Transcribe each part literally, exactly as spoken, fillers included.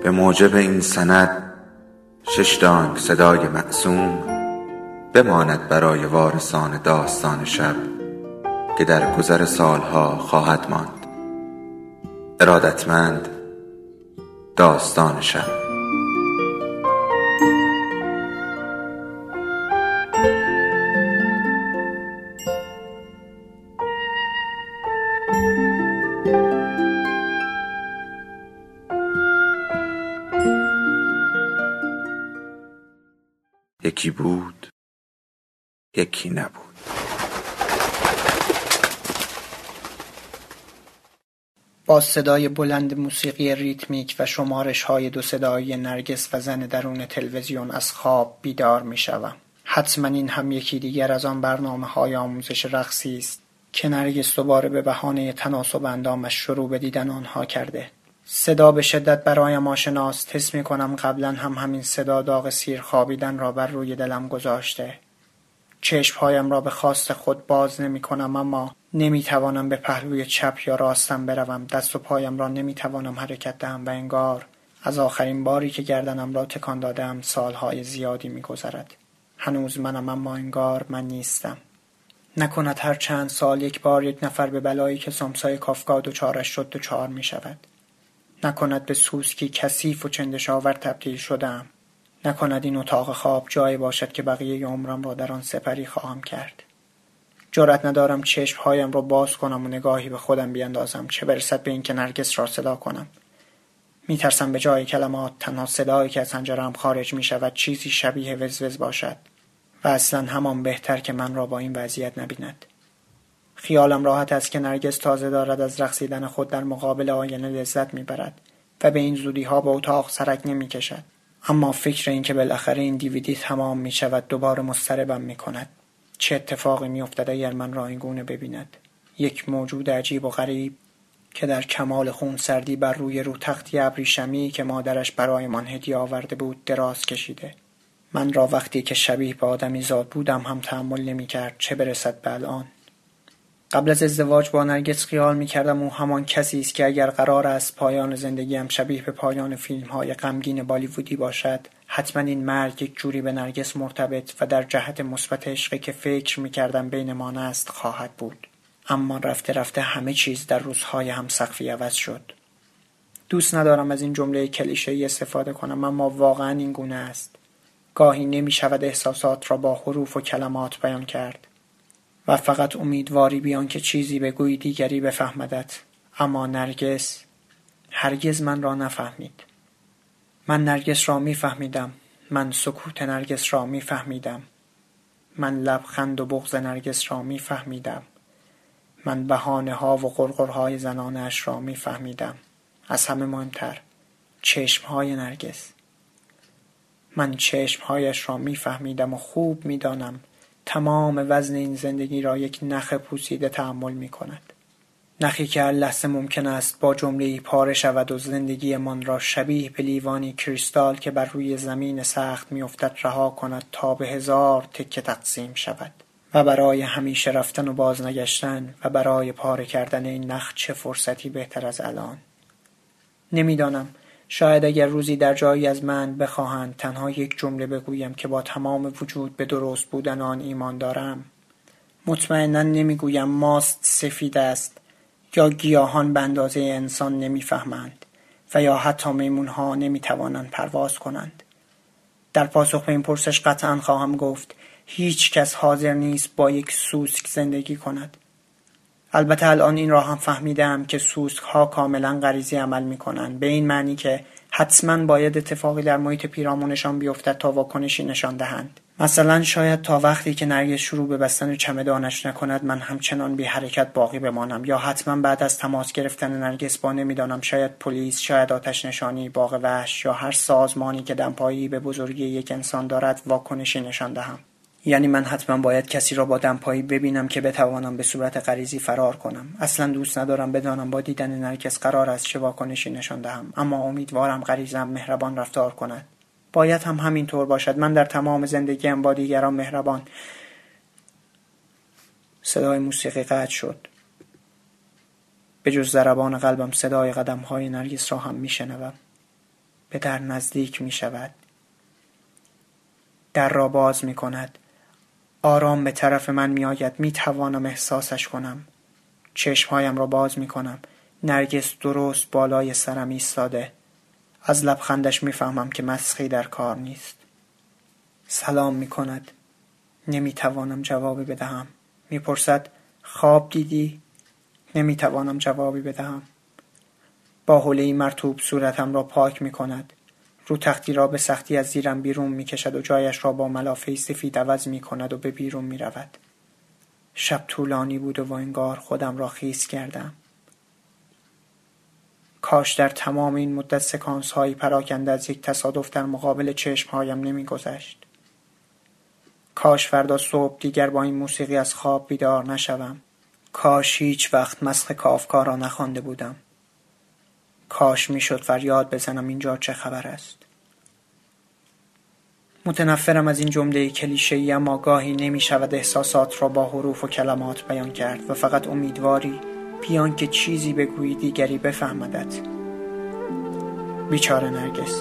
به موجب این سند شش دانگ صدای معصوم بماند برای وارثان داستان شب که در گذر سالها خواهد ماند. ارادتمند، داستان شب. یکی بود، یکی نبود. با صدای بلند موسیقی ریتمیک و شمارش های دو صدایی نرگس و زن درون تلویزیون از خواب بیدار می شوم. حتما این هم یکی دیگر از آن برنامه های آموزش رقصی است که نرگس دوباره به بهانه تناسب اندامش شروع به دیدن آنها کرده. صدا به شدت برایم آشناست. حس می کنم قبلا هم همین صدا داغ سیر خوابیدن را بر روی دلم گذاشته. چشمهایم را به خواست خود باز نمی کنم، اما نمی توانم به پهلوی چپ یا راستم بروم. دست و پایم را نمی توانم حرکت دهم و انگار از آخرین باری که گردنم را تکان دادم سالهای زیادی می گذرد. هنوز منم، اما انگار من نیستم. نکند هر چند سال یک بار یک نفر به بلایی که سامسای کافکا دچارش شد دچار می شود. نکند به سوسکی کثیف و چندشاور تبدیل شدم. نکند این اتاق خواب جایی باشد که بقیه عمرم را در آن سپری خواهم کرد. جرأت ندارم چشمهایم را باز کنم و نگاهی به خودم بیندازم، چه برسد به این که نرگس را صدا کنم. میترسم به جای کلمات تنها صدایی که از حنجره‌ام خارج می شود چیزی شبیه وزوز باشد و اصلا همان بهتر که من را با این وضعیت نبیند. خیالم راحت است که نرگس تازه دارد از رقصیدن خود در مقابل آینه لذت میبرد و به این زودی ها به اتاق سرک نمی کشد. اما فکر این که بالاخره این دیویدی تمام می شود دوباره مضطربم می کند. چه اتفاقی می افتد اگر من را این گونه ببیند؟ یک موجود عجیب و غریب که در کمال خون سردی بر روی رو تختی ابریشمی که مادرش برایمان هدیه آورده بود دراز کشیده. من را وقتی که شبیه به آدمی زاد بودم هم تحمل نمی کرد، چه برسد به الان. قبل از ازدواج با نرگس خیال می کردم او همان کسی است که اگر قرار است پایان زندگیم شبیه به پایان فیلم های غمگین بالیوودی باشد، حتما این مرگ یک جوری به نرگس مرتبط و در جهت مثبت عشقی که فکر می کردم بینمان است خواهد بود. اما رفته رفته همه چیز در روزهای هم سقفی عوض شد. دوست ندارم از این جمله کلیشه‌ای استفاده کنم، اما واقعا این گونه است. گاهی نمی شود احساسات را با حروف و کلمات بیان کرد و فقط امیدواری بیان که چیزی بگویی دیگری بفهمدت. اما نرگس هرگز من را نفهمید. من نرگس را می فهمیدم. من سکوت نرگس را می فهمیدم. من لبخند و بغض نرگس را می فهمیدم. من بهانه ها و غرغرهای زنانش را می فهمیدم. از همه مهمتر چشم های نرگس. من چشم هایش را می فهمیدم و خوب می دانم تمام وزن این زندگی را یک نخ پوسیده تحمل می کند. نخی که هر لحظه ممکن است با جمله‌ای پاره شود و زندگی من را شبیه به لیوانی کریستال که بر روی زمین سخت می افتد رها کند تا به هزار تکه تقسیم شود. و برای همیشه رفتن و باز نگشتن و برای پاره کردن این نخ چه فرصتی بهتر از الان. نمیدانم، شاید اگر روزی در جایی از من بخواهند تنها یک جمله بگویم که با تمام وجود به درست بودن آن ایمان دارم، مطمئنا نمیگویم ماست سفید است یا گیاهان به اندازه انسان نمیفهمند و یا حتی میمونها نمیتوانند پرواز کنند. در پاسخ به این پرسش قطعا خواهم گفت هیچ کس حاضر نیست با یک سوسک زندگی کند. البته الان این را هم فهمیدم که سوسک ها کاملا غریزی عمل می کنند، به این معنی که حتما باید اتفاقی در محیط پیرامونشان بیفتد تا واکنشی نشان دهند. مثلا شاید تا وقتی که نرگس شروع به بستن چمدانش نکند من همچنان بی حرکت باقی بمانم، یا حتما بعد از تماس گرفتن نرگس با نمیدانم شاید پلیس، شاید آتش نشانی، باغ وحش یا هر سازمانی که دمپایی به بزرگی یک انسان دارد واکنشی نشان دهم. یعنی من حتما باید کسی را با دمپایی ببینم که بتوانم به صورت غریزی فرار کنم. اصلا دوست ندارم بدانم با دیدن نرگس قرار است چه واکنشی نشان دهم، اما امیدوارم غریزم مهربان رفتار کند. باید هم همین طور باشد. من در تمام زندگیم با دیگران مهربان. صدای موسیقی قطع شد. به جز ضربان قلبم صدای قدم‌های نرگس را هم میشنوم. به در نزدیک می شود. در را باز می کند. آرام به طرف من می آید. می توانم احساسش کنم. چشمهایم را باز می کنم. نرگس درست بالای سرم ایستاده. از لبخندش می فهمم که مسخی در کار نیست. سلام می کند. نمی توانم جوابی بدهم. می پرسد خواب دیدی؟ نمی توانم جوابی بدهم. با حوله‌ای مرطوب صورتم را پاک می کند. رو تختی را به سختی از زیرم بیرون می کشد و جایش را با ملافه‌ای سفید عوض می کند و به بیرون می رود. شب طولانی بود و انگار خودم را خیس کردم. کاش در تمام این مدت سکانس هایی پراکنده از یک تصادف در مقابل چشم هایم نمی گذشت. کاش فردا صبح دیگر با این موسیقی از خواب بیدار نشوم. کاش هیچ وقت مسخ کافکا را نخوانده بودم. کاش میشد فریاد بزنم اینجا چه خبر است. متنفرم از این جمله کلیشه‌ای، اما گاهی نمی شود احساسات را با حروف و کلمات بیان کرد و فقط امیدواری بیان که چیزی بگویی دیگری بفهمدت. بیچاره نرگس.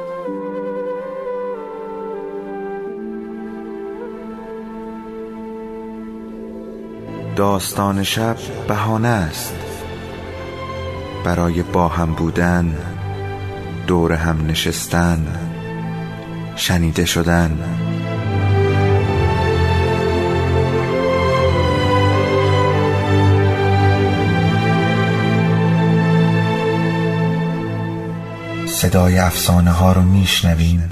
داستان شب بهانه است برای با هم بودن، دور هم نشستن، شنیده شدن. صدای افسانه ها رو میشنویم.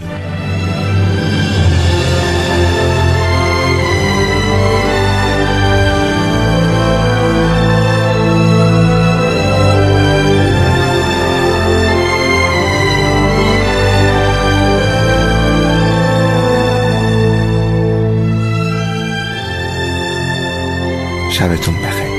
شبتون بخیر.